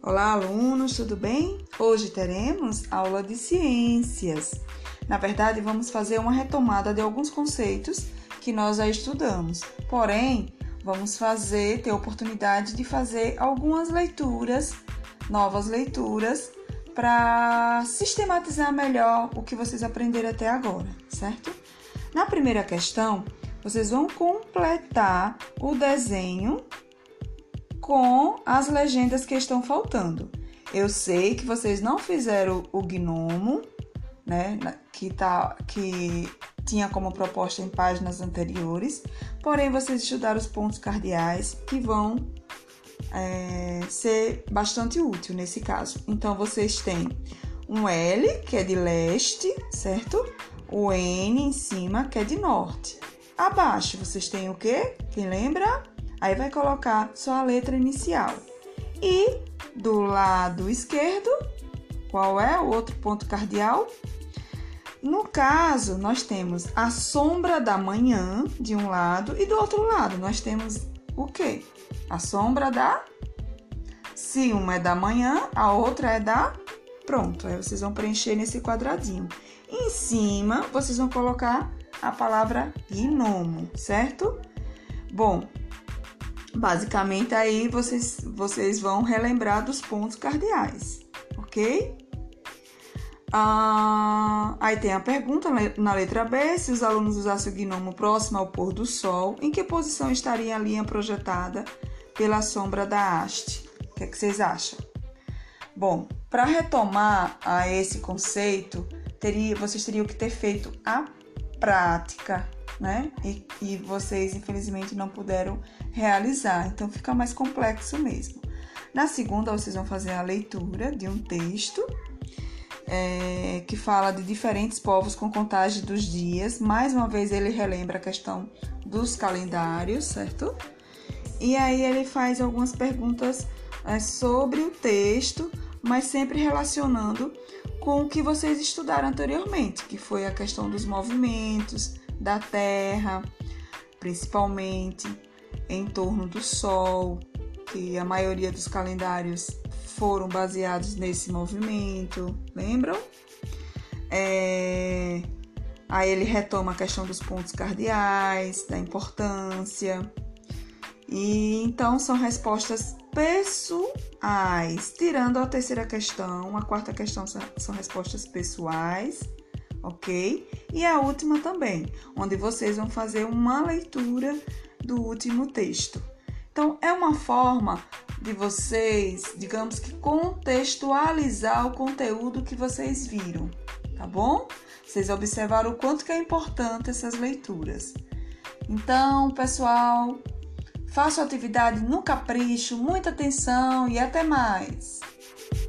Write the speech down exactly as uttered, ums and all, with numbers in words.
Olá, alunos, tudo bem? Hoje teremos aula de ciências. Na verdade, vamos fazer uma retomada de alguns conceitos que nós já estudamos. Porém, vamos fazer, ter a oportunidade de fazer algumas leituras, novas leituras, para sistematizar melhor o que vocês aprenderam até agora, certo? Na primeira questão, vocês vão completar o desenho com as legendas que estão faltando. Eu sei que vocês não fizeram o gnomo, né, que, tá, que tinha como proposta em páginas anteriores, porém vocês estudaram os pontos cardeais que vão é, ser bastante útil nesse caso. Então, vocês têm um L, que é de leste, certo? O N em cima, que é de norte. Abaixo, vocês têm o quê? Quem lembra? Aí vai colocar só a letra inicial. E do lado esquerdo, qual é o outro ponto cardeal? No caso, nós temos a sombra da manhã de um lado e do outro lado nós temos o quê? A sombra da... Se uma é da manhã, a outra é da... Pronto, aí vocês vão preencher nesse quadradinho. Em cima, vocês vão colocar a palavra gnomo, certo? Bom, basicamente aí vocês, vocês vão relembrar dos pontos cardeais, ok? Ah, aí tem a pergunta na letra B: se os alunos usassem o gnomo próximo ao pôr do sol, em que posição estaria a linha projetada pela sombra da haste? O que é que vocês acham? Bom, para retomar a esse conceito, teria, vocês teriam que ter feito a prática, né? E, e vocês, infelizmente, não puderam realizar, então fica mais complexo mesmo. Na segunda, vocês vão fazer a leitura de um texto é, que fala de diferentes povos com contagem dos dias. Mais uma vez, ele relembra a questão dos calendários, certo? E aí ele faz algumas perguntas é, sobre o texto, mas sempre relacionando com o que vocês estudaram anteriormente, que foi a questão dos movimentos da Terra, principalmente em torno do Sol, que a maioria dos calendários foram baseados nesse movimento, lembram? É... Aí ele retoma a questão dos pontos cardeais, da importância. E então são respostas pessoais. Tirando a terceira questão, a quarta questão são respostas pessoais, ok? E a última também, onde vocês vão fazer uma leitura do último texto. Então, é uma forma de vocês, digamos que, contextualizar o conteúdo que vocês viram, tá bom? Vocês observaram o quanto que é importante essas leituras. Então, pessoal, façam a atividade no capricho, muita atenção e até mais!